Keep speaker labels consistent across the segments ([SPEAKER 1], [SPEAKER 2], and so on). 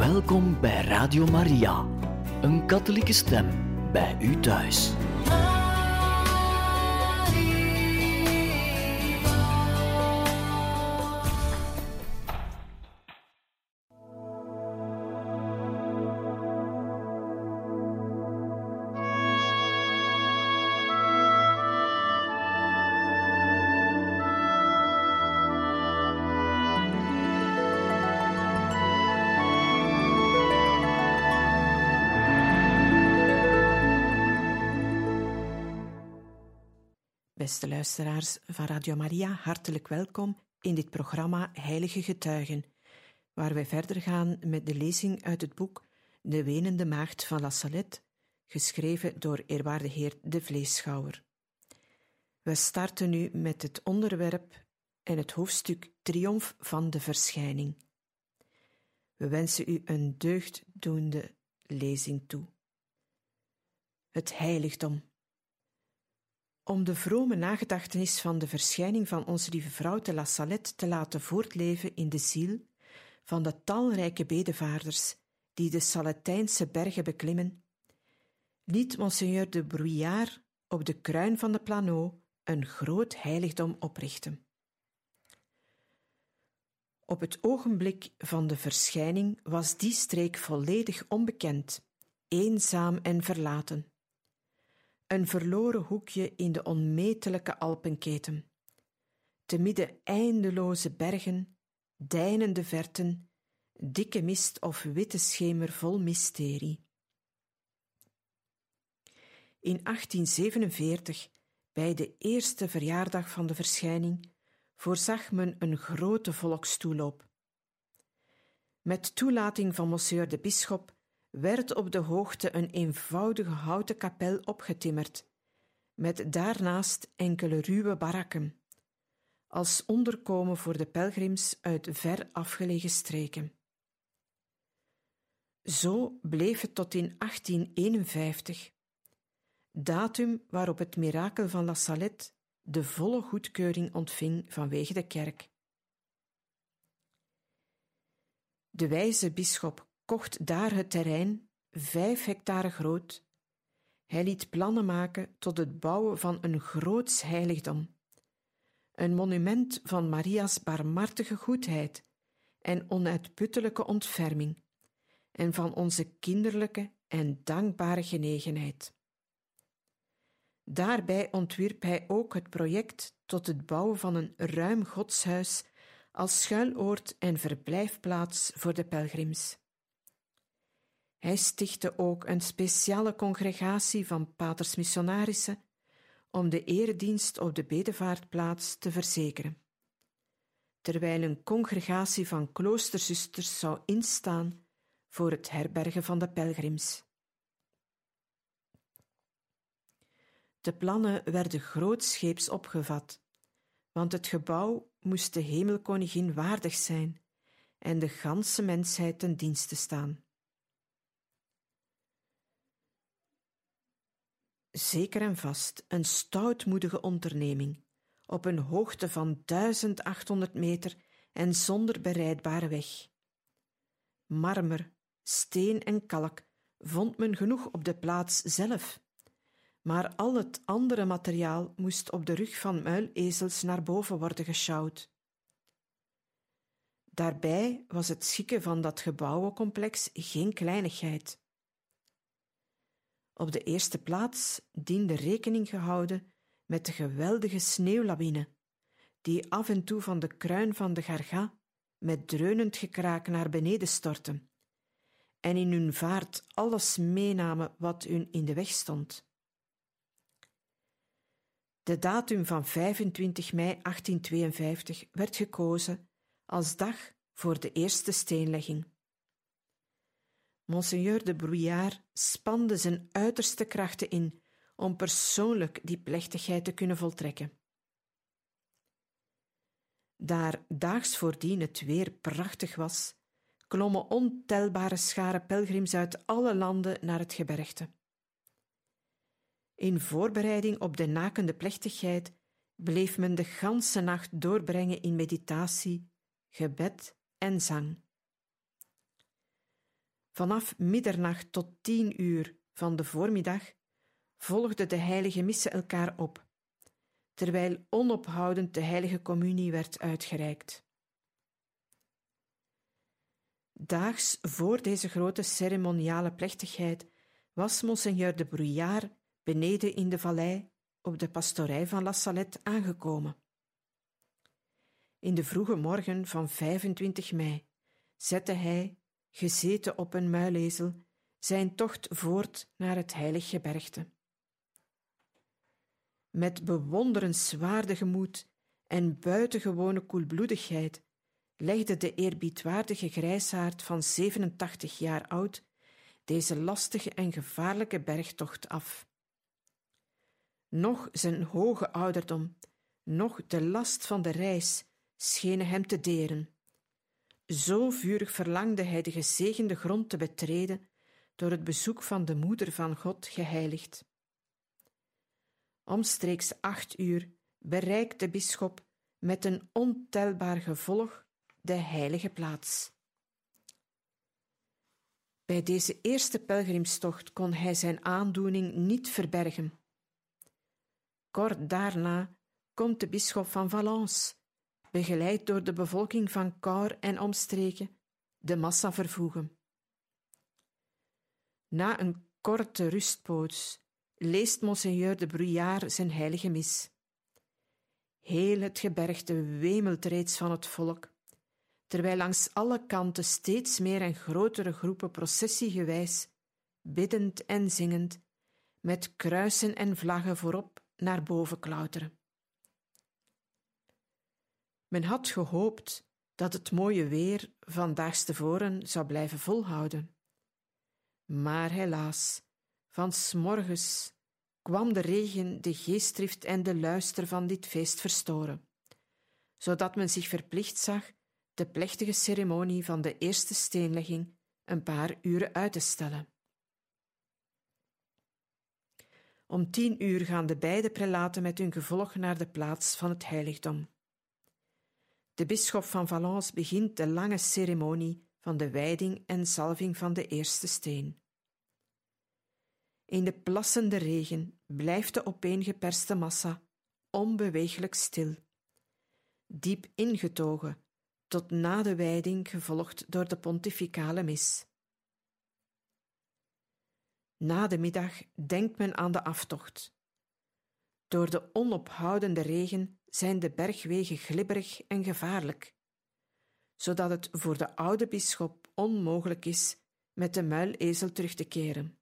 [SPEAKER 1] Welkom bij Radio Maria, een katholieke stem bij u thuis.
[SPEAKER 2] Beste luisteraars van Radio Maria, hartelijk welkom in dit programma Heilige Getuigen, waar wij verder gaan met de lezing uit het boek De Wenende Maagd van La Salette, geschreven door eerwaarde heer De Vleeschouwer. We starten nu met het onderwerp en het hoofdstuk Triomf van de Verschijning. We wensen u een deugddoende lezing toe. Het heiligdom. Om de vrome nagedachtenis van de verschijning van onze lieve vrouw te La Salette te laten voortleven in de ziel van de talrijke bedevaarders die de Saletijnse bergen beklimmen, liet Monseigneur de Bruyère op de kruin van de Planot een groot heiligdom oprichten. Op het ogenblik van de verschijning was die streek volledig onbekend, eenzaam en verlaten. Een verloren hoekje in de onmetelijke Alpenketen. Te midden eindeloze bergen, deinende verten, dikke mist of witte schemer vol mysterie. In 1847, bij de eerste verjaardag van de verschijning, voorzag men een grote volkstoeloop. Met toelating van monsieur de bisschop werd op de hoogte een eenvoudige houten kapel opgetimmerd, met daarnaast enkele ruwe barakken, als onderkomen voor de pelgrims uit ver afgelegen streken. Zo bleef het tot in 1851, datum waarop het mirakel van La Salette de volle goedkeuring ontving vanwege de kerk. De wijze bisschop kocht daar het terrein, 5 hectare groot. Hij liet plannen maken tot het bouwen van een groots heiligdom, een monument van Maria's barmhartige goedheid en onuitputtelijke ontferming, en van onze kinderlijke en dankbare genegenheid. Daarbij ontwierp hij ook het project tot het bouwen van een ruim godshuis als schuiloord en verblijfplaats voor de pelgrims. Hij stichtte ook een speciale congregatie van paters missionarissen om de eredienst op de bedevaartplaats te verzekeren, terwijl een congregatie van kloosterzusters zou instaan voor het herbergen van de pelgrims. De plannen werden grootscheeps opgevat, want het gebouw moest de hemelkoningin waardig zijn en de ganse mensheid ten dienste staan. Zeker en vast een stoutmoedige onderneming, op een hoogte van 1800 meter en zonder berijdbare weg. Marmer, steen en kalk vond men genoeg op de plaats zelf, maar al het andere materiaal moest op de rug van muilezels naar boven worden gesjouwd. Daarbij was het schikken van dat gebouwencomplex geen kleinigheid. Op de eerste plaats diende rekening gehouden met de geweldige sneeuwlawine, die af en toe van de kruin van de Gargat met dreunend gekraak naar beneden stortten, en in hun vaart alles meenamen wat hun in de weg stond. De datum van 25 mei 1852 werd gekozen als dag voor de eerste steenlegging. Monseigneur de Bruyère spande zijn uiterste krachten in om persoonlijk die plechtigheid te kunnen voltrekken. Daar daags voordien het weer prachtig was, klommen ontelbare scharen pelgrims uit alle landen naar het gebergte. In voorbereiding op de nakende plechtigheid bleef men de ganse nacht doorbrengen in meditatie, gebed en zang. Vanaf middernacht tot 10 uur van de voormiddag volgden de heilige missen elkaar op, terwijl onophoudend de heilige communie werd uitgereikt. Daags voor deze grote ceremoniale plechtigheid was monseigneur de Bruyère beneden in de vallei op de pastorij van La Salette aangekomen. In de vroege morgen van 25 mei zette hij, gezeten op een muilezel, zijn tocht voort naar het heilig gebergte. Met bewonderenswaardige moed en buitengewone koelbloedigheid legde de eerbiedwaardige grijsaard van 87 jaar oud deze lastige en gevaarlijke bergtocht af. Noch zijn hoge ouderdom, noch de last van de reis schenen hem te deren. Zo vurig verlangde hij de gezegende grond te betreden, door het bezoek van de Moeder van God geheiligd. Omstreeks 8 uur bereikt de bisschop met een ontelbaar gevolg de heilige plaats. Bij deze eerste pelgrimstocht kon hij zijn aandoening niet verbergen. Kort daarna komt de bisschop van Valence, begeleid door de bevolking van Cahors en omstreken, de massa vervoegen. Na een korte rustpoos leest monseigneur de Bruyère zijn heilige mis. Heel het gebergte wemelt reeds van het volk, terwijl langs alle kanten steeds meer en grotere groepen processiegewijs, biddend en zingend, met kruisen en vlaggen voorop naar boven klauteren. Men had gehoopt dat het mooie weer vandaags tevoren zou blijven volhouden. Maar helaas, van 's morgens kwam de regen de geestdrift en de luister van dit feest verstoren, zodat men zich verplicht zag de plechtige ceremonie van de eerste steenlegging een paar uren uit te stellen. Om 10 uur gaan de beide prelaten met hun gevolg naar de plaats van het heiligdom. De bisschop van Valence begint de lange ceremonie van de wijding en zalving van de eerste steen. In de plassende regen blijft de opeengeperste massa onbeweeglijk stil, diep ingetogen, tot na de wijding gevolgd door de pontificale mis. Na de middag denkt men aan de aftocht. Door de onophoudende regen zijn de bergwegen glibberig en gevaarlijk, zodat het voor de oude bisschop onmogelijk is met de muilezel terug te keren.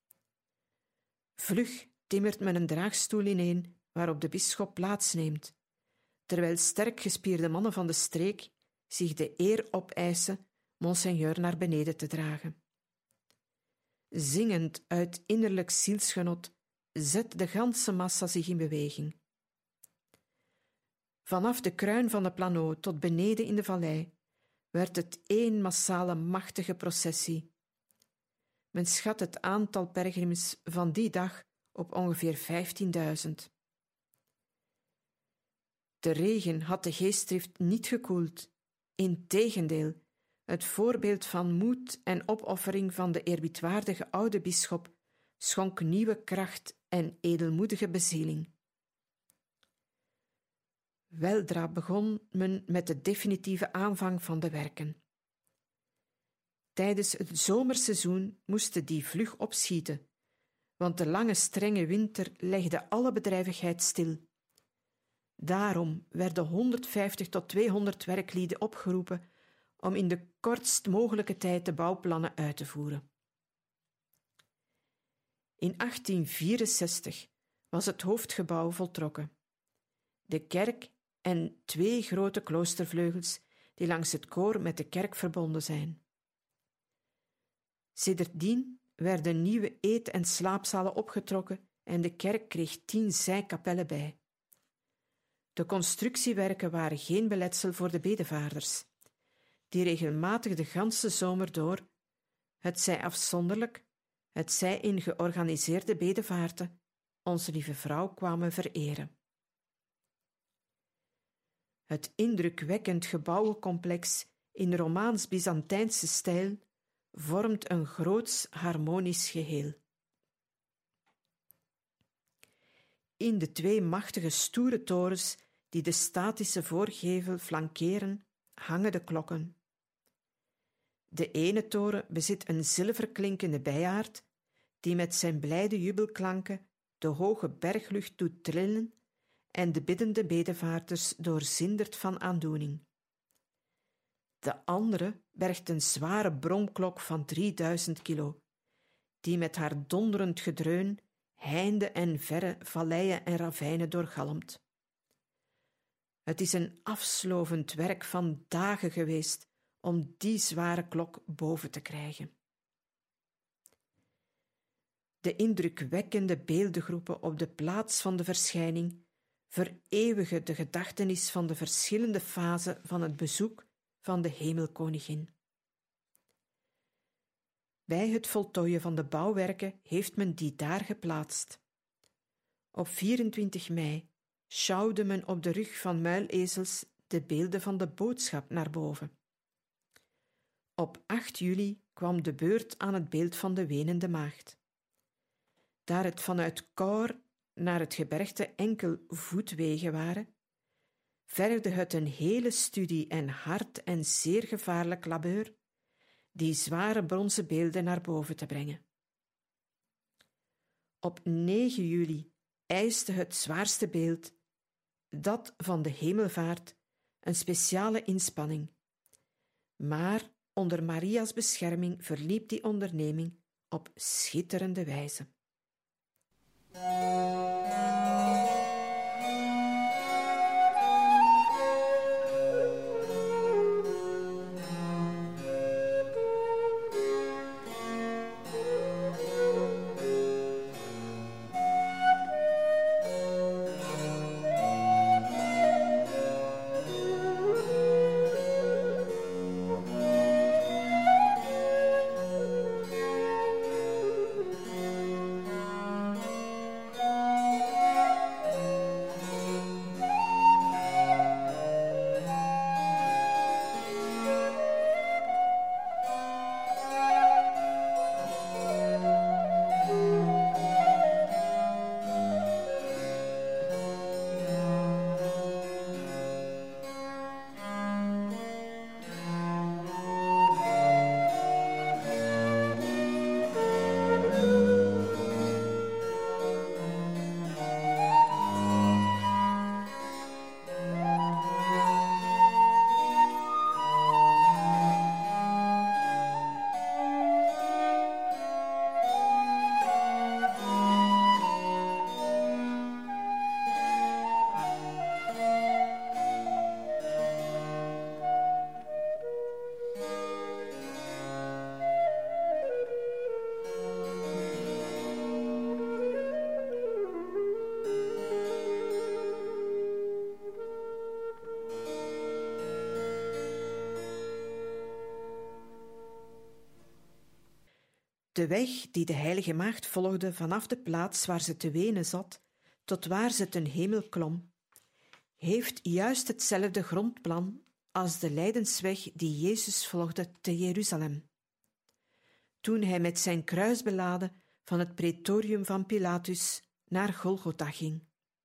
[SPEAKER 2] Vlug timmert men een draagstoel ineen waarop de bisschop plaatsneemt, terwijl sterk gespierde mannen van de streek zich de eer opeisen monseigneur naar beneden te dragen. Zingend uit innerlijk zielsgenot zet de ganse massa zich in beweging. Vanaf de kruin van de Planeau tot beneden in de vallei werd het één massale machtige processie. Men schat het aantal pelgrims van die dag op ongeveer 15.000. De regen had de geestdrift niet gekoeld. Integendeel, het voorbeeld van moed en opoffering van de eerbiedwaardige oude bisschop schonk nieuwe kracht en edelmoedige bezieling. Weldra begon men met de definitieve aanvang van de werken. Tijdens het zomerseizoen moesten die vlug opschieten, want de lange strenge winter legde alle bedrijvigheid stil. Daarom werden 150 tot 200 werklieden opgeroepen om in de kortst mogelijke tijd de bouwplannen uit te voeren. In 1864 was het hoofdgebouw voltrokken. De kerk en 2 grote kloostervleugels die langs het koor met de kerk verbonden zijn. Sedertdien werden nieuwe eet- en slaapzalen opgetrokken en de kerk kreeg 10 zijkapellen bij. De constructiewerken waren geen beletsel voor de bedevaarders, die regelmatig de ganse zomer door, hetzij afzonderlijk, hetzij in georganiseerde bedevaarten, Onze Lieve Vrouw kwamen vereren. Het indrukwekkend gebouwencomplex in Romaans-Byzantijnse stijl vormt een groots harmonisch geheel. In de 2 machtige stoere torens die de statische voorgevel flankeren, hangen de klokken. De ene toren bezit een zilverklinkende bijaard die met zijn blijde jubelklanken de hoge berglucht doet trillen en de biddende bedevaarders doorzindert van aandoening. De andere bergt een zware bromklok van 3000 kilo, die met haar donderend gedreun heinde en verre valleien en ravijnen doorgalmt. Het is een afslovend werk van dagen geweest om die zware klok boven te krijgen. De indrukwekkende beeldengroepen op de plaats van de verschijning vereeuwigen de gedachtenis van de verschillende fasen van het bezoek van de Hemelkoningin. Bij het voltooien van de bouwwerken heeft men die daar geplaatst. Op 24 mei sjouwde men op de rug van muilezels de beelden van de boodschap naar boven. Op 8 juli kwam de beurt aan het beeld van de wenende maagd. Daar het vanuit Cor naar het gebergte enkel voetwegen waren, vergde het een hele studie en hard en zeer gevaarlijk labeur die zware bronzen beelden naar boven te brengen. Op 9 juli eiste het zwaarste beeld, dat van de hemelvaart, een speciale inspanning. Maar onder Maria's bescherming verliep die onderneming op schitterende wijze. De weg die de heilige maagd volgde vanaf de plaats waar ze te wenen zat tot waar ze ten hemel klom, heeft juist hetzelfde grondplan als de lijdensweg die Jezus volgde te Jeruzalem. Toen hij met zijn kruis beladen van het praetorium van Pilatus naar Golgotha ging.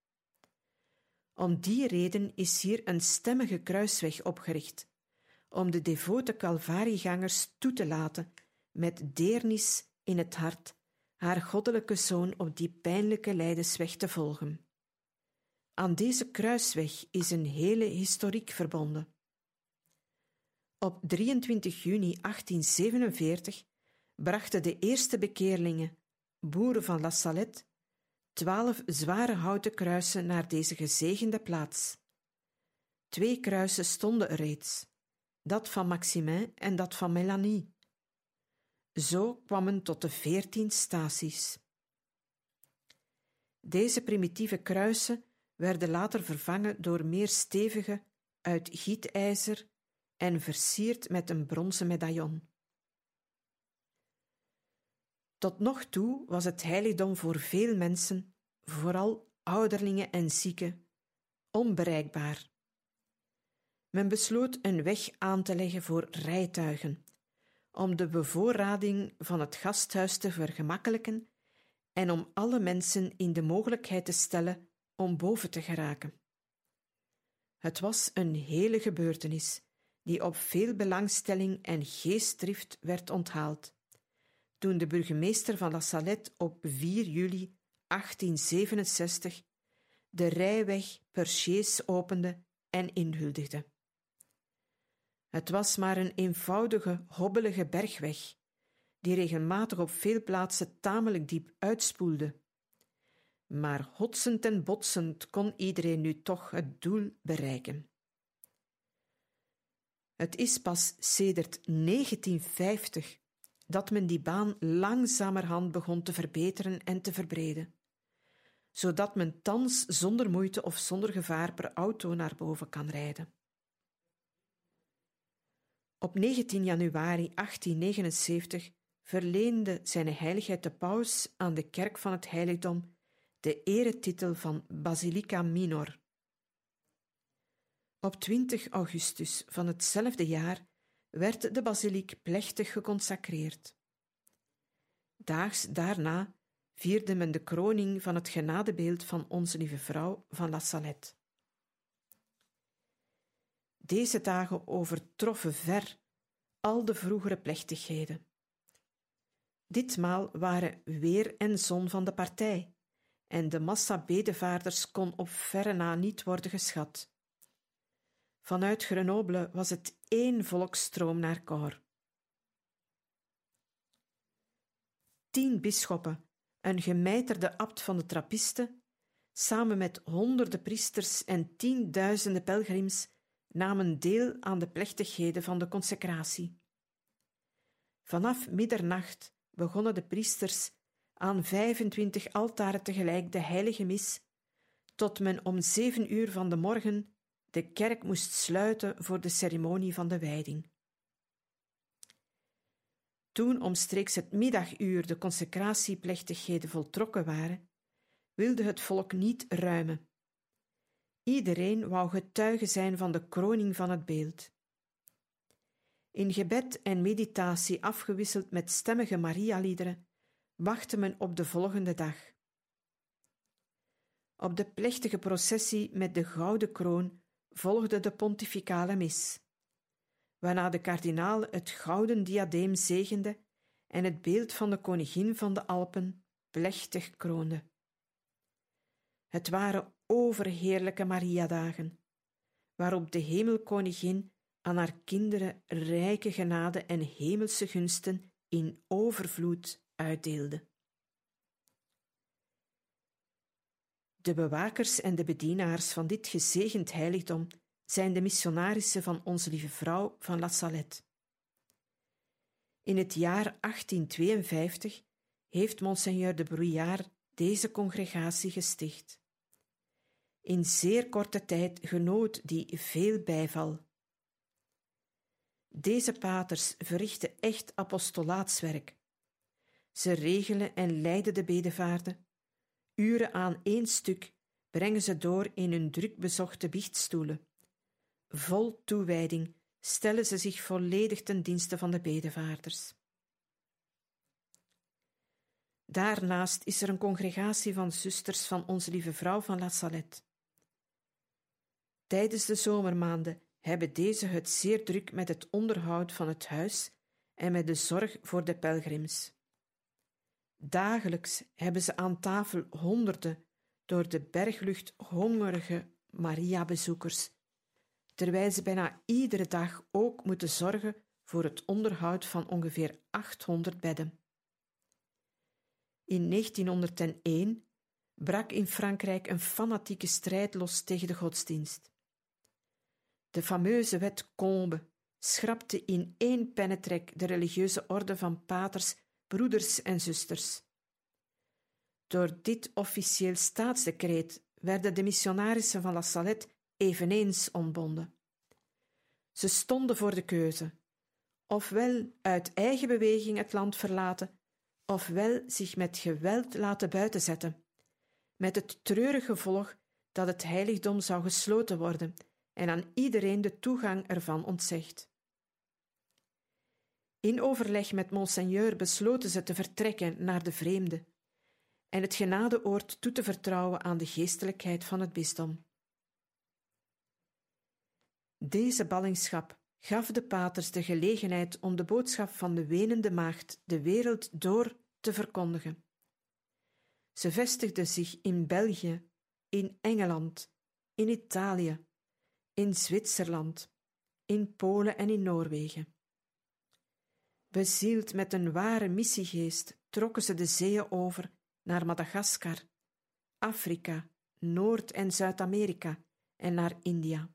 [SPEAKER 2] Om die reden is hier een stemmige kruisweg opgericht, om de devote Calvariegangers toe te laten met deernis in het hart haar goddelijke Zoon op die pijnlijke lijdensweg te volgen. Aan deze kruisweg is een hele historiek verbonden. Op 23 juni 1847 brachten de eerste bekeerlingen, boeren van La Salette, 12 zware houten kruisen naar deze gezegende plaats. 2 kruisen stonden er reeds, dat van Maximin en dat van Melanie. Zo kwam men tot de 14 staties. Deze primitieve kruisen werden later vervangen door meer stevige, uit gietijzer en versierd met een bronzen medaillon. Tot nog toe was het heiligdom voor veel mensen, vooral ouderlingen en zieken, onbereikbaar. Men besloot een weg aan te leggen voor rijtuigen, om de bevoorrading van het gasthuis te vergemakkelijken en om alle mensen in de mogelijkheid te stellen om boven te geraken. Het was een hele gebeurtenis, die op veel belangstelling en geestdrift werd onthaald, toen de burgemeester van La Salette op 4 juli 1867 de rijweg Perché's opende en inhuldigde. Het was maar een eenvoudige, hobbelige bergweg, die regelmatig op veel plaatsen tamelijk diep uitspoelde. Maar hotsend en botsend kon iedereen nu toch het doel bereiken. Het is pas sedert 1950 dat men die baan langzamerhand begon te verbeteren en te verbreden, zodat men thans zonder moeite of zonder gevaar per auto naar boven kan rijden. Op 19 januari 1879 verleende zijn heiligheid de paus aan de kerk van het heiligdom de eretitel van Basilica Minor. Op 20 augustus van hetzelfde jaar werd de basiliek plechtig geconsacreerd. Daags daarna vierde men de kroning van het genadebeeld van Onze Lieve Vrouw van La Salette. Deze dagen overtroffen ver al de vroegere plechtigheden. Ditmaal waren weer en zon van de partij, en de massa bedevaarders kon op verre na niet worden geschat. Vanuit Grenoble was het één volksstroom naar Cahors. 10 bisschoppen, een gemijterde abt van de Trappisten, samen met honderden priesters en 10.000 pelgrims, namen deel aan de plechtigheden van de consecratie. Vanaf middernacht begonnen de priesters aan 25 altaren tegelijk de heilige mis, tot men om 7 uur van de morgen de kerk moest sluiten voor de ceremonie van de wijding. Toen omstreeks het middaguur de consecratieplechtigheden voltrokken waren, wilde het volk niet ruimen. Iedereen wou getuige zijn van de kroning van het beeld. In gebed en meditatie afgewisseld met stemmige Marialiederen, wachtte men op de volgende dag. Op de plechtige processie met de gouden kroon volgde de pontificale mis, waarna de kardinaal het gouden diadeem zegende en het beeld van de koningin van de Alpen plechtig kroonde. Het waren overheerlijke Mariadagen, waarop de hemelkoningin aan haar kinderen rijke genade en hemelse gunsten in overvloed uitdeelde. De bewakers en de bedienaars van dit gezegend heiligdom zijn de missionarissen van Onze Lieve Vrouw van La Salette. In het jaar 1852 heeft Monseigneur de Bruyère deze congregatie gesticht. In zeer korte tijd genoot die veel bijval. Deze paters verrichten echt apostolaatswerk. Ze regelen en leiden de bedevaarden. Uren aan één stuk brengen ze door in hun drukbezochte biechtstoelen. Vol toewijding stellen ze zich volledig ten dienste van de bedevaarders. Daarnaast is er een congregatie van zusters van Onze Lieve Vrouw van La Salette. Tijdens de zomermaanden hebben deze het zeer druk met het onderhoud van het huis en met de zorg voor de pelgrims. Dagelijks hebben ze aan tafel honderden door de berglucht hongerige Maria-bezoekers, terwijl ze bijna iedere dag ook moeten zorgen voor het onderhoud van ongeveer 800 bedden. In 1901 brak in Frankrijk een fanatieke strijd los tegen de godsdienst. De fameuze wet Combe schrapte in 1 pennetrek de religieuze orde van paters, broeders en zusters. Door dit officieel staatsdecreet werden de missionarissen van La Salette eveneens ontbonden. Ze stonden voor de keuze: ofwel uit eigen beweging het land verlaten, ofwel zich met geweld laten buitenzetten, met het treurige gevolg dat het heiligdom zou gesloten worden en aan iedereen de toegang ervan ontzegd. In overleg met monseigneur besloten ze te vertrekken naar de vreemde en het genadeoord toe te vertrouwen aan de geestelijkheid van het bisdom. Deze ballingschap gaf de paters de gelegenheid om de boodschap van de wenende maagd de wereld door te verkondigen. Ze vestigden zich in België, in Engeland, in Italië, in Zwitserland, in Polen en in Noorwegen. Bezield met een ware missiegeest trokken ze de zeeën over naar Madagaskar, Afrika, Noord- en Zuid-Amerika en naar India.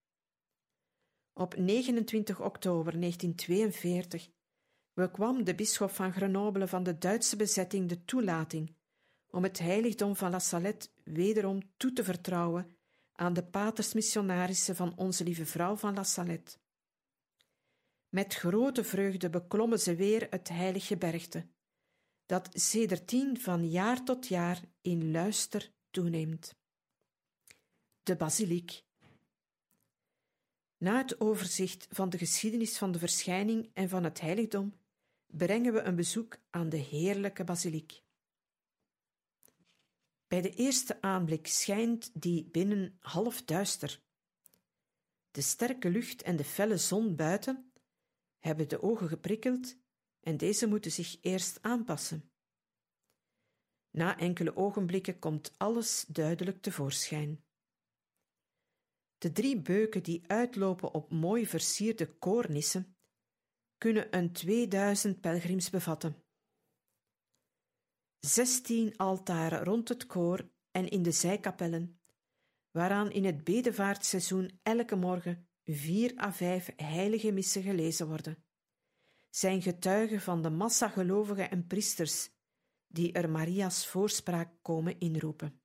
[SPEAKER 2] Op 29 oktober 1942 bekwam de bisschop van Grenoble van de Duitse bezetting de toelating om het heiligdom van La Salette wederom toe te vertrouwen aan de patersmissionarissen van Onze Lieve Vrouw van La Salette. Met grote vreugde beklommen ze weer het heilig gebergte, dat sedertdien van jaar tot jaar in luister toeneemt. De basiliek. Na het overzicht van de geschiedenis van de verschijning en van het heiligdom brengen we een bezoek aan de heerlijke basiliek. Bij de eerste aanblik schijnt die binnen half duister. De sterke lucht en de felle zon buiten hebben de ogen geprikkeld en deze moeten zich eerst aanpassen. Na enkele ogenblikken komt alles duidelijk tevoorschijn. De 3 beuken die uitlopen op mooi versierde koornissen kunnen een 2000 pelgrims bevatten. 16 altaren rond het koor en in de zijkapellen, waaraan in het bedevaartseizoen elke morgen 4 à 5 heilige missen gelezen worden, zijn getuigen van de massa gelovigen en priesters die er Maria's voorspraak komen inroepen.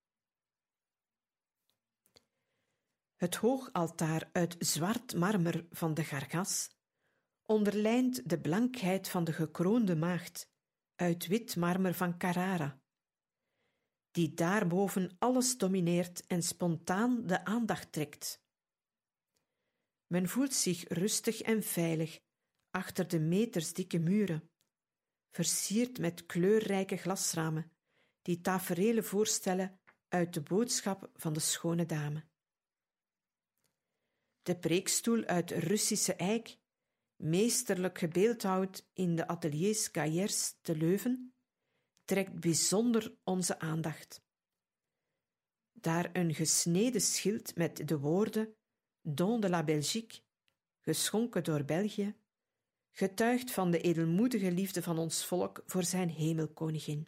[SPEAKER 2] Het hoogaltaar uit zwart marmer van de Gargas onderlijnt de blankheid van de gekroonde maagd uit wit marmer van Carrara, die daarboven alles domineert en spontaan de aandacht trekt. Men voelt zich rustig en veilig achter de metersdikke muren, versierd met kleurrijke glasramen die taferelen voorstellen uit de boodschap van de schone dame. De preekstoel uit Russische eik, meesterlijk gebeeldhouwd in de ateliers Gaillers te Leuven, trekt bijzonder onze aandacht. Daar een gesneden schild met de woorden Don de la Belgique, geschonken door België, getuigt van de edelmoedige liefde van ons volk voor zijn hemelkoningin.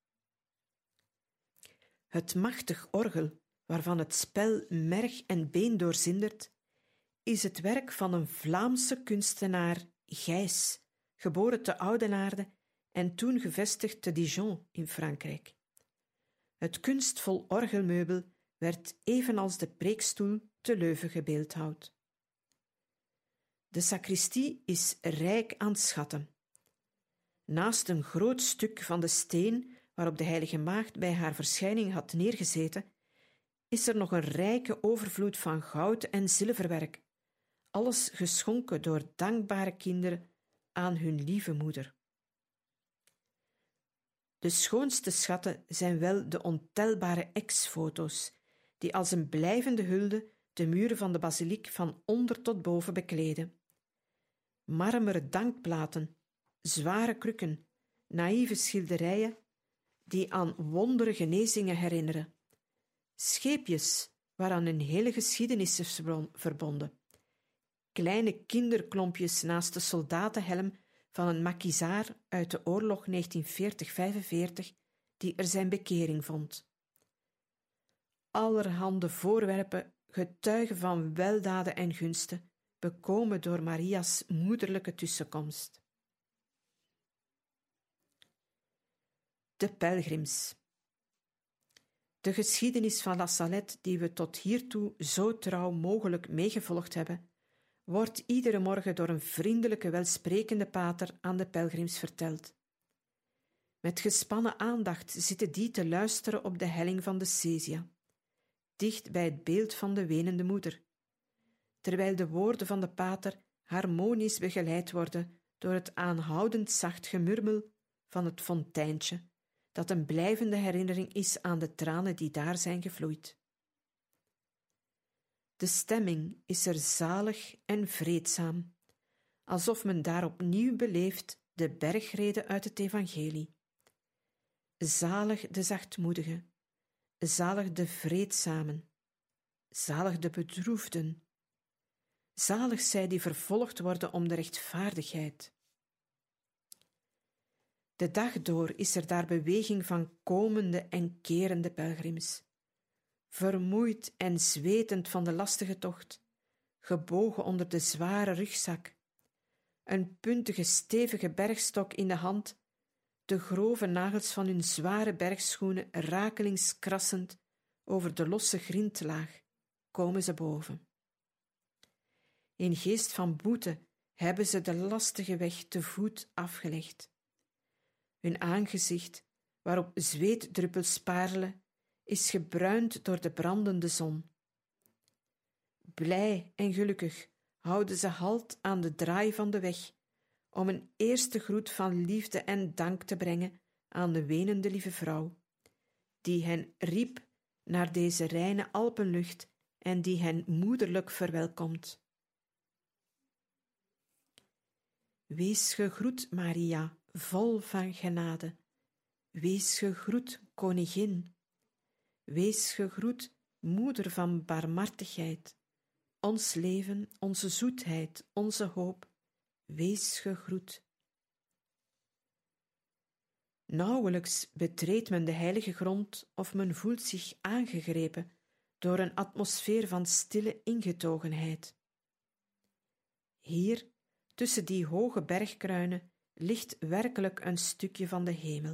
[SPEAKER 2] Het machtig orgel, waarvan het spel merg en been doorzindert, is het werk van een Vlaamse kunstenaar, Gijs, geboren te Oudenaarde en toen gevestigd te Dijon in Frankrijk. Het kunstvol orgelmeubel werd evenals de preekstoel te Leuven gebeeldhouwd. De sacristie is rijk aan schatten. Naast een groot stuk van de steen waarop de heilige maagd bij haar verschijning had neergezeten, is er nog een rijke overvloed van goud en zilverwerk, alles geschonken door dankbare kinderen aan hun lieve moeder. De schoonste schatten zijn wel de ontelbare ex-foto's, die als een blijvende hulde de muren van de basiliek van onder tot boven bekleden. Marmeren dankplaten, zware krukken, naïeve schilderijen die aan wondere genezingen herinneren, scheepjes waaraan een hele geschiedenis is verbonden, kleine kinderklompjes naast de soldatenhelm van een makizaar uit de oorlog 1940-45 die er zijn bekering vond. Allerhande voorwerpen, getuigen van weldaden en gunsten, bekomen door Maria's moederlijke tussenkomst. De pelgrims. De geschiedenis van La Salette, die we tot hiertoe zo trouw mogelijk meegevolgd hebben, wordt iedere morgen door een vriendelijke, welsprekende pater aan de pelgrims verteld. Met gespannen aandacht zitten die te luisteren op de helling van de Sesia, dicht bij het beeld van de wenende moeder, terwijl de woorden van de pater harmonisch begeleid worden door het aanhoudend zacht gemurmel van het fonteintje, dat een blijvende herinnering is aan de tranen die daar zijn gevloeid. De stemming is er zalig en vreedzaam, alsof men daar opnieuw beleeft de bergrede uit het evangelie. Zalig de zachtmoedigen, zalig de vreedzamen, zalig de bedroefden, zalig zij die vervolgd worden om de rechtvaardigheid. De dag door is er daar beweging van komende en kerende pelgrims, vermoeid en zwetend van de lastige tocht, gebogen onder de zware rugzak, een puntige, stevige bergstok in de hand, de grove nagels van hun zware bergschoenen rakelings krassend over de losse grindlaag, komen ze boven. In geest van boete hebben ze de lastige weg te voet afgelegd. Hun aangezicht, waarop zweetdruppels parelen, is gebruind door de brandende zon. Blij en gelukkig houden ze halt aan de draai van de weg, om een eerste groet van liefde en dank te brengen aan de wenende lieve vrouw, die hen riep naar deze reine Alpenlucht en die hen moederlijk verwelkomt. Wees gegroet, Maria, vol van genade. Wees gegroet, koningin. Wees gegroet, moeder van barmhartigheid. Ons leven, onze zoetheid, onze hoop. Wees gegroet. Nauwelijks betreedt men de heilige grond of men voelt zich aangegrepen door een atmosfeer van stille ingetogenheid. Hier, tussen die hoge bergkruinen, ligt werkelijk een stukje van de hemel.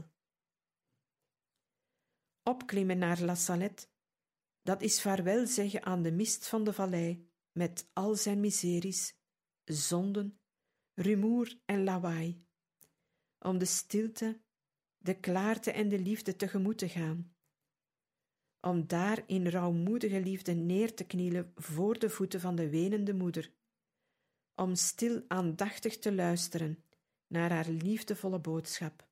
[SPEAKER 2] Opklimmen naar La Salette, dat is vaarwel zeggen aan de mist van de vallei, met al zijn miseries, zonden, rumoer en lawaai, om de stilte, de klaarte en de liefde tegemoet te gaan, om daar in rouwmoedige liefde neer te knielen voor de voeten van de wenende moeder, om stil aandachtig te luisteren naar haar liefdevolle boodschap.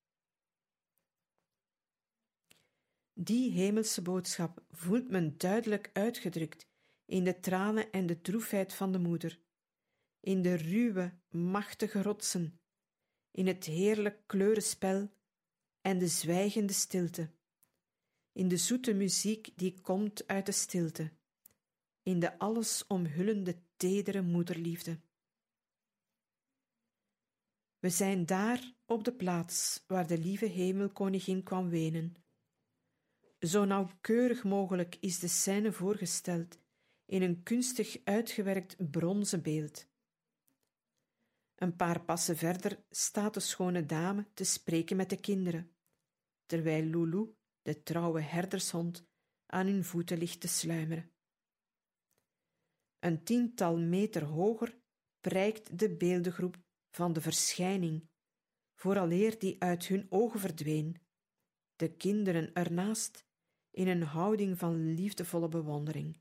[SPEAKER 2] Die hemelse boodschap voelt men duidelijk uitgedrukt in de tranen en de droefheid van de moeder, in de ruwe, machtige rotsen, in het heerlijk kleurenspel en de zwijgende stilte, in de zoete muziek die komt uit de stilte, in de alles omhullende tedere moederliefde. We zijn daar op de plaats waar de lieve hemelkoningin kwam wenen. Zo nauwkeurig mogelijk is de scène voorgesteld in een kunstig uitgewerkt bronzen beeld. Een paar passen verder staat de schone dame te spreken met de kinderen, terwijl Loulou, de trouwe herdershond, aan hun voeten ligt te sluimeren. Een 10-tal meter hoger prijkt de beeldengroep van de verschijning, vooraleer die uit hun ogen verdween, de kinderen ernaast in een houding van liefdevolle bewondering.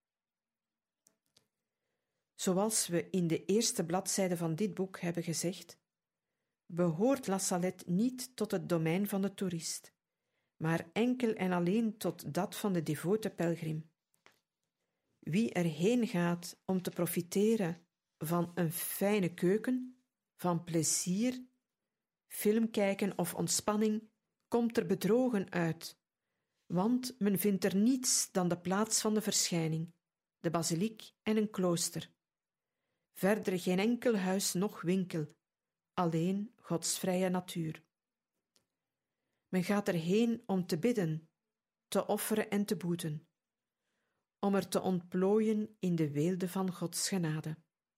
[SPEAKER 2] Zoals we in de eerste bladzijde van dit boek hebben gezegd, behoort La Salette niet tot het domein van de toerist, maar enkel en alleen tot dat van de devote pelgrim. Wie erheen gaat om te profiteren van een fijne keuken, van plezier, film kijken of ontspanning, komt er bedrogen uit, want men vindt er niets dan de plaats van de verschijning, de basiliek en een klooster. Verder geen enkel huis noch winkel, alleen Gods vrije natuur. Men gaat erheen om te bidden, te offeren en te boeten, om er te ontplooien in de weelde van Gods genade.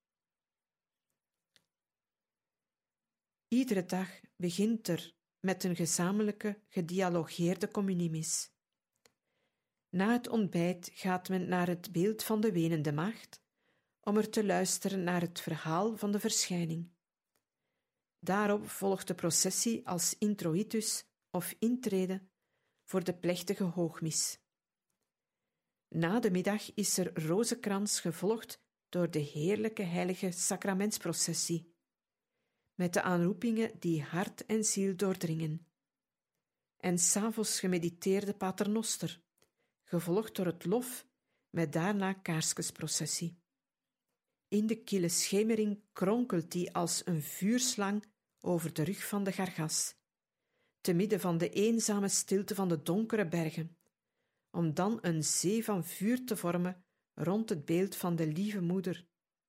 [SPEAKER 2] Iedere dag begint er met een gezamenlijke, gedialogeerde communiemis. Na het ontbijt gaat men naar het beeld van de wenende maagd, om er te luisteren naar het verhaal van de verschijning. Daarop volgt de processie als introitus of intrede voor de plechtige hoogmis. Na de middag is er rozenkrans gevolgd door de heerlijke heilige sacramentsprocessie, met de aanroepingen die hart en ziel doordringen. En 's avonds gemediteerde paternoster, gevolgd door het lof met daarna kaarsjesprocessie. In de kille schemering kronkelt die als een vuurslang over de rug van de Gargas, te midden van de eenzame stilte van de donkere bergen, om dan een zee van vuur te vormen rond het beeld van de lieve moeder.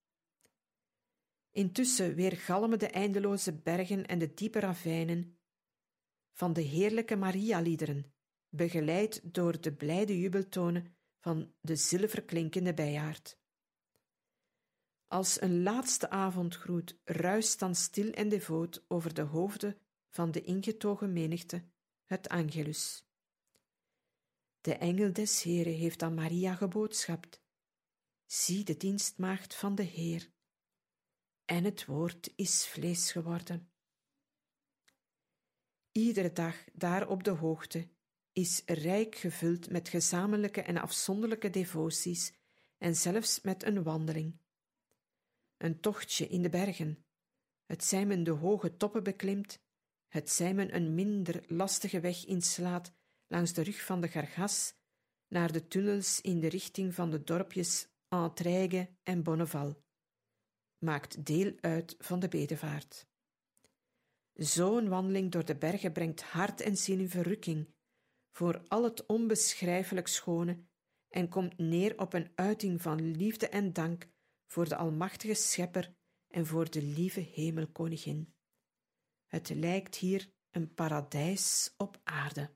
[SPEAKER 2] Intussen weergalmen de eindeloze bergen en de diepe ravijnen van de heerlijke Maria-liederen, begeleid door de blijde jubeltonen van de zilverklinkende bijaard. Als een laatste avondgroet ruist dan stil en devoot over de hoofden van de ingetogen menigte het Angelus. De engel des Heere heeft aan Maria geboodschapt: zie de dienstmaagd van de Heer. En het woord is vlees geworden. Iedere dag daar op de hoogte is rijk gevuld met gezamenlijke en afzonderlijke devoties en zelfs met een wandeling. Een tochtje in de bergen, hetzij men de hoge toppen beklimt, hetzij men een minder lastige weg inslaat langs de rug van de Gargas naar de tunnels in de richting van de dorpjes Entraigues en Bonneval, maakt deel uit van de bedevaart. Zo'n wandeling door de bergen brengt hart en ziel in verrukking voor al het onbeschrijfelijk schone en komt neer op een uiting van liefde en dank voor de almachtige Schepper en voor de lieve Hemelkoningin. Het lijkt hier een paradijs op aarde.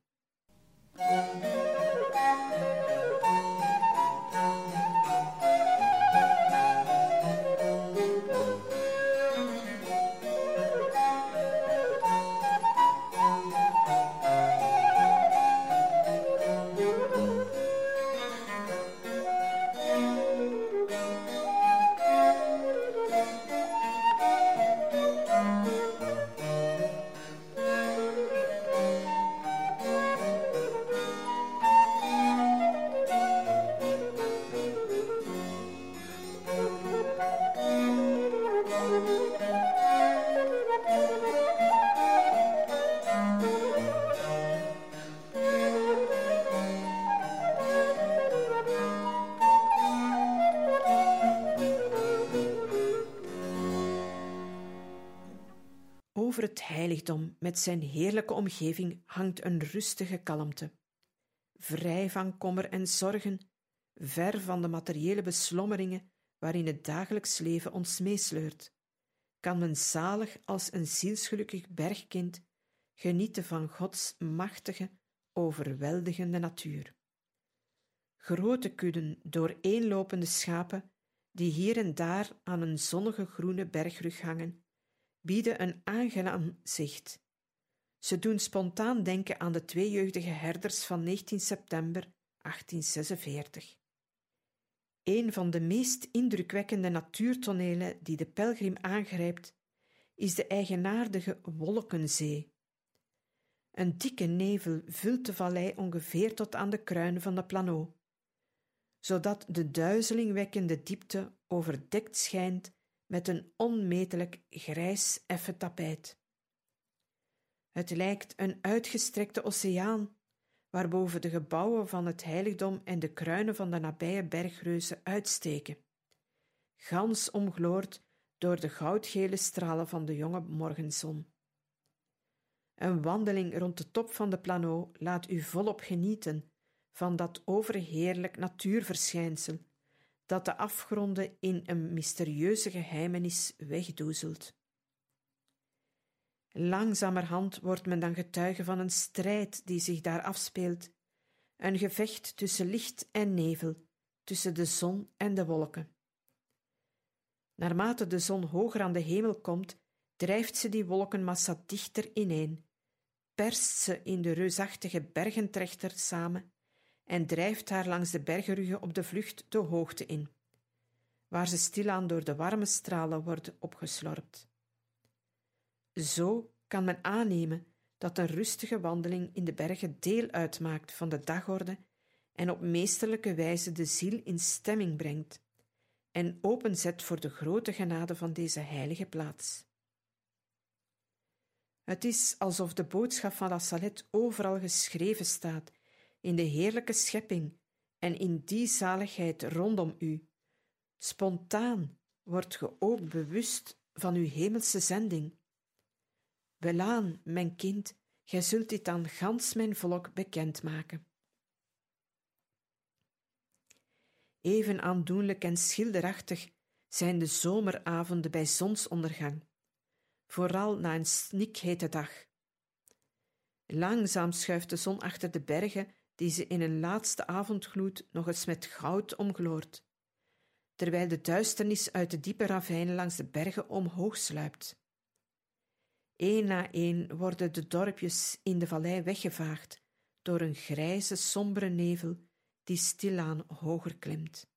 [SPEAKER 2] Over het heiligdom met zijn heerlijke omgeving hangt een rustige kalmte. Vrij van kommer en zorgen, ver van de materiële beslommeringen waarin het dagelijks leven ons meesleurt, kan men zalig als een zielsgelukkig bergkind genieten van Gods machtige, overweldigende natuur. Grote kudden dooreenlopende schapen, die hier en daar aan een zonnige groene bergrug hangen, bieden een aangenaam zicht. Ze doen spontaan denken aan de 2 jeugdige herders van 19 september 1846. Een van de meest indrukwekkende natuurtonelen die de pelgrim aangrijpt, is de eigenaardige Wolkenzee. Een dikke nevel vult de vallei ongeveer tot aan de kruinen van de Planot, zodat de duizelingwekkende diepte overdekt schijnt met een onmetelijk grijs effen tapijt. Het lijkt een uitgestrekte oceaan, waarboven de gebouwen van het heiligdom en de kruinen van de nabije bergreuzen uitsteken, gans omgloord door de goudgele stralen van de jonge morgenzon. Een wandeling rond de top van de Planot laat u volop genieten van dat overheerlijk natuurverschijnsel dat de afgronden in een mysterieuze geheimenis wegdoezelt. Langzamerhand wordt men dan getuige van een strijd die zich daar afspeelt, een gevecht tussen licht en nevel, tussen de zon en de wolken. Naarmate de zon hoger aan de hemel komt, drijft ze die wolkenmassa dichter ineen, perst ze in de reusachtige bergentrechter samen en drijft haar langs de bergruggen op de vlucht de hoogte in, waar ze stilaan door de warme stralen worden opgeslorpt. Zo kan men aannemen dat een rustige wandeling in de bergen deel uitmaakt van de dagorde en op meesterlijke wijze de ziel in stemming brengt en openzet voor de grote genade van deze heilige plaats. Het is alsof de boodschap van La Salette overal geschreven staat, in de heerlijke schepping en in die zaligheid rondom u. Spontaan wordt ge ook bewust van uw hemelse zending. Welaan, mijn kind, gij zult dit aan gans mijn volk bekendmaken. Even aandoenlijk en schilderachtig zijn de zomeravonden bij zonsondergang, vooral na een snikhete dag. Langzaam schuift de zon achter de bergen, die ze in een laatste avondgloed nog eens met goud omgloort, terwijl de duisternis uit de diepe ravijnen langs de bergen omhoog sluipt. Eén na één worden de dorpjes in de vallei weggevaagd door een grijze, sombere nevel die stilaan hoger klimt.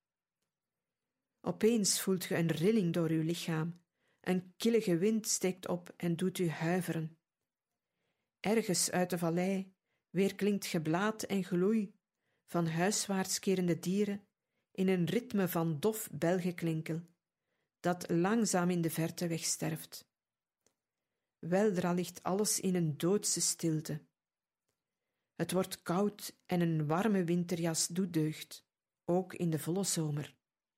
[SPEAKER 2] Opeens voelt ge een rilling door uw lichaam, een killige wind steekt op en doet u huiveren. Ergens uit de vallei weerklinkt geblaat en geloei van huiswaarts kerende dieren in een ritme van dof belgeklinkel, dat langzaam in de verte wegsterft. Weldra ligt alles in een doodse stilte. Het wordt koud en een warme winterjas doet deugd, ook in de volle zomer.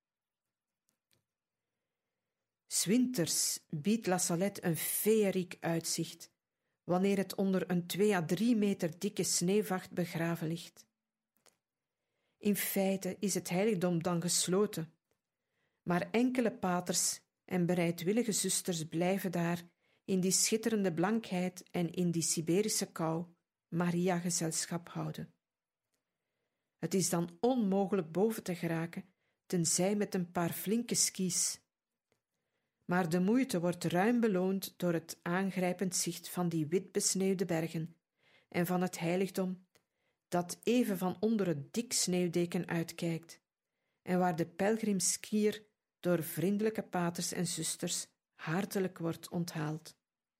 [SPEAKER 2] 'S winters biedt La Salette een feeriek uitzicht, wanneer het onder een 2 à 3 meter dikke sneeuwvacht begraven ligt. In feite is het heiligdom dan gesloten, maar enkele paters en bereidwillige zusters blijven daar in die schitterende blankheid en in die Siberische kou Maria gezelschap houden. Het is dan onmogelijk boven te geraken, tenzij met een paar flinke skis. Maar de moeite wordt ruim beloond door het aangrijpend zicht van die wit besneeuwde bergen en van het heiligdom, dat even van onder het dik sneeuwdeken uitkijkt en waar de pelgrimskier door vriendelijke paters en zusters hartelijk wordt onthaald.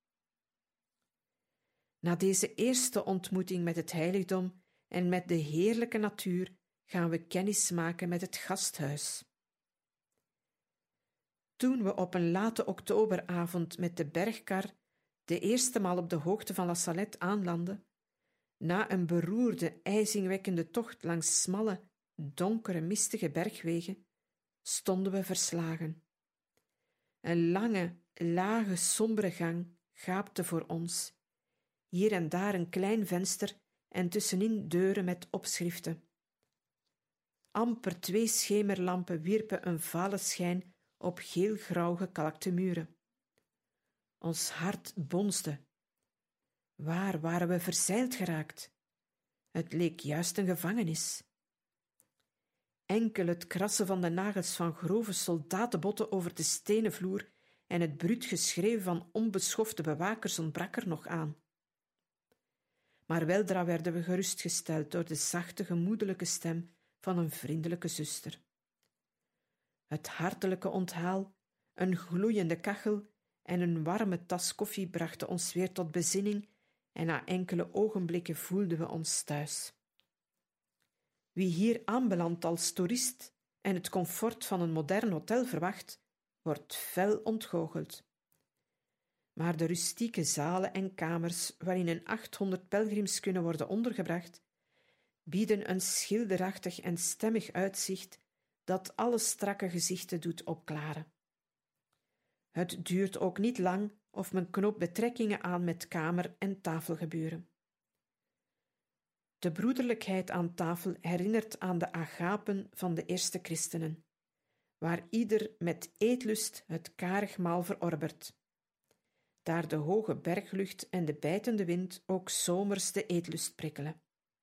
[SPEAKER 2] Na deze eerste ontmoeting met het heiligdom en met de heerlijke natuur gaan we kennis maken met het gasthuis. Toen we op een late oktoberavond met de bergkar de eerste maal op de hoogte van La Salette aanlandden, na een beroerde, ijzingwekkende tocht langs smalle, donkere, mistige bergwegen, stonden we verslagen. Een lange, lage, sombere gang gaapte voor ons, hier en daar een klein venster en tussenin deuren met opschriften. Amper 2 schemerlampen wierpen een vale schijn op geel-grauw gekalkte muren. Ons hart bonsde. Waar waren we verzeild geraakt? Het leek juist een gevangenis. Enkel het krassen van de nagels van grove soldatenbotten over de stenen vloer en het bruut geschreeuw van onbeschofte bewakers ontbrak er nog aan. Maar weldra werden we gerustgesteld door de zachte, gemoedelijke stem van een vriendelijke zuster. Het hartelijke onthaal, een gloeiende kachel en een warme tas koffie brachten ons weer tot bezinning en na enkele ogenblikken voelden we ons thuis. Wie hier aanbelandt als toerist en het comfort van een modern hotel verwacht, wordt fel ontgoocheld. Maar de rustieke zalen en kamers waarin een 800 pelgrims kunnen worden ondergebracht, bieden een schilderachtig en stemmig uitzicht dat alle strakke gezichten doet opklaren. Het duurt ook niet lang of men knoopt betrekkingen aan met kamer- en tafelgeburen. De broederlijkheid aan tafel herinnert aan de agapen van de eerste christenen, waar ieder met eetlust het karig maal verorbert. Daar de hoge berglucht en de bijtende wind ook zomers de eetlust prikkelen.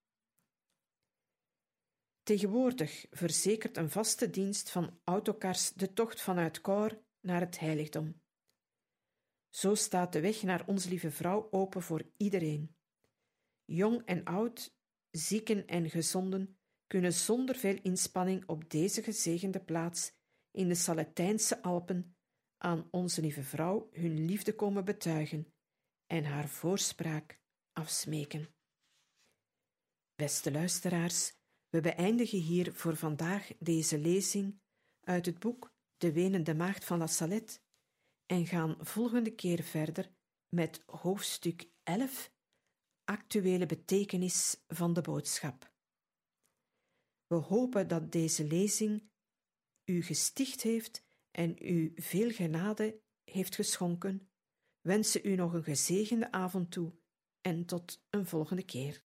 [SPEAKER 2] Tegenwoordig verzekert een vaste dienst van autocars de tocht vanuit Caen naar het heiligdom. Zo staat de weg naar Onze Lieve Vrouw open voor iedereen. Jong en oud, zieken en gezonden kunnen zonder veel inspanning op deze gezegende plaats in de Saletijnse Alpen aan Onze Lieve Vrouw hun liefde komen betuigen en haar voorspraak afsmeken. Beste luisteraars, we beëindigen hier voor vandaag deze lezing uit het boek De Wenende Maagd van La Salette en gaan volgende keer verder met hoofdstuk 11, actuele betekenis van de boodschap. We hopen dat deze lezing u gesticht heeft en u veel genade heeft geschonken, wensen u nog een gezegende avond toe en tot een volgende keer.